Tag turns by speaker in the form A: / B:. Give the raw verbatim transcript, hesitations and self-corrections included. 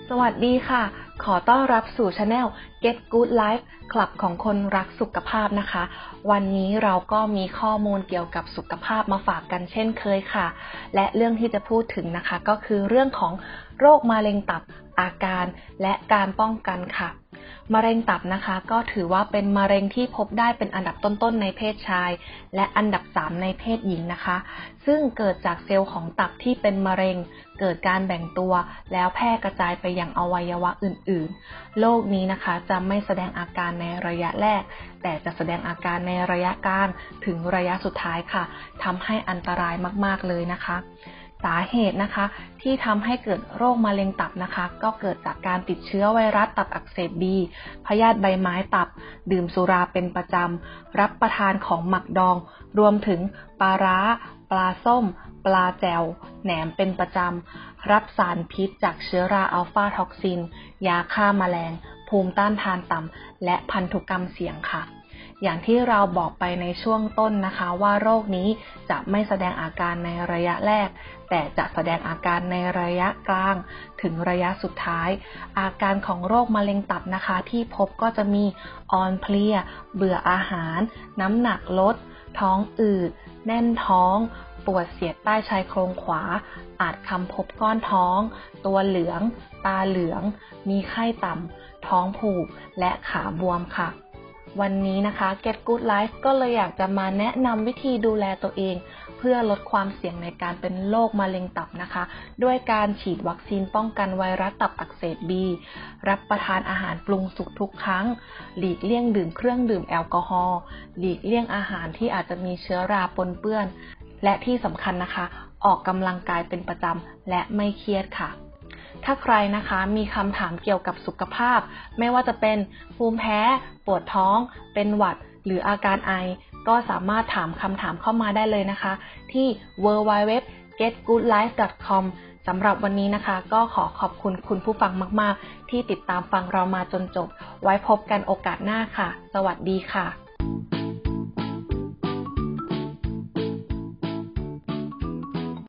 A: สวัสดีค่ะขอต้อนรับสู่ Channel Get Good Life คลับของคนรักสุขภาพนะคะวันนี้เราก็มีข้อมูลเกี่ยวกับสุขภาพมาฝากกันเช่นเคยค่ะและเรื่องที่จะพูดถึงนะคะก็คือเรื่องของโรคมะเร็งตับอาการและการป้องกันค่ะมะเร็งตับนะคะก็ถือว่าเป็นมะเร็งที่พบได้เป็นอันดับต้นๆในเพศชายและอันดับสามในเพศหญิงนะคะซึ่งเกิดจากเซลล์ของตับที่เป็นมะเร็งเกิดการแบ่งตัวแล้วแพร่กระจายไปยังอวัยวะอื่นๆโรคนี้นะคะจะไม่แสดงอาการในระยะแรกแต่จะแสดงอาการในระยะกลางถึงระยะสุดท้ายค่ะทำให้อันตรายมากๆเลยนะคะสาเหตุนะคะที่ทำให้เกิดโรคมะเร็งตับนะคะก็เกิดจากการติดเชื้อไวรัสตับอักเสบบีพยาธิใบไม้ตับดื่มสุราเป็นประจำรับประทานของหมักดองรวมถึงปลาร้าปลาส้มปลาแจ่วแหนมเป็นประจำรับสารพิษจากเชื้อราอัลฟาท็อกซินยาฆ่าแมลงภูมิต้านทานต่ำและพันธุกรรมเสี่ยงค่ะอย่างที่เราบอกไปในช่วงต้นนะคะว่าโรคนี้จะไม่แสดงอาการในระยะแรกแต่จะแสดงอาการในระยะกลางถึงระยะสุดท้ายอาการของโรคมะเร็งตับนะคะที่พบก็จะมีอ่อนเพลียเบื่ออาหารน้ำหนักลดท้องอืดแน่นท้องปวดเสียดใต้ชายโครงขวาอาจคำพบก้อนท้องตัวเหลืองตาเหลืองมีไข้ต่ำท้องผูกและขาบวมค่ะวันนี้นะคะ Get Good Life ก็เลยอยากจะมาแนะนำวิธีดูแลตัวเองเพื่อลดความเสี่ยงในการเป็นโรคมะเร็งตับนะคะด้วยการฉีดวัคซีนป้องกันไวรัสตับอักเสบบีรับประทานอาหารปรุงสุกทุกครั้งหลีกเลี่ยงดื่มเครื่องดื่มแอลกอฮอล์หลีกเลี่ยงอาหารที่อาจจะมีเชื้อราปนเปื้อนและที่สำคัญนะคะออกกำลังกายเป็นประจำและไม่เครียดค่ะถ้าใครนะคะมีคำถามเกี่ยวกับสุขภาพไม่ว่าจะเป็นภูมิแพ้ปวดท้องเป็นหวัดหรืออาการไอก็สามารถถามคำถามเข้ามาได้เลยนะคะที่ ดับเบิลยู ดับเบิลยู ดับเบิลยู ดอท เก็ต กู๊ด ไลฟ์ ดอท คอม สำหรับวันนี้นะคะก็ขอขอบคุณคุณผู้ฟังมากๆที่ติดตามฟังเรามาจนจบไว้พบกันโอกาสหน้าค่ะสวัสดีค่ะ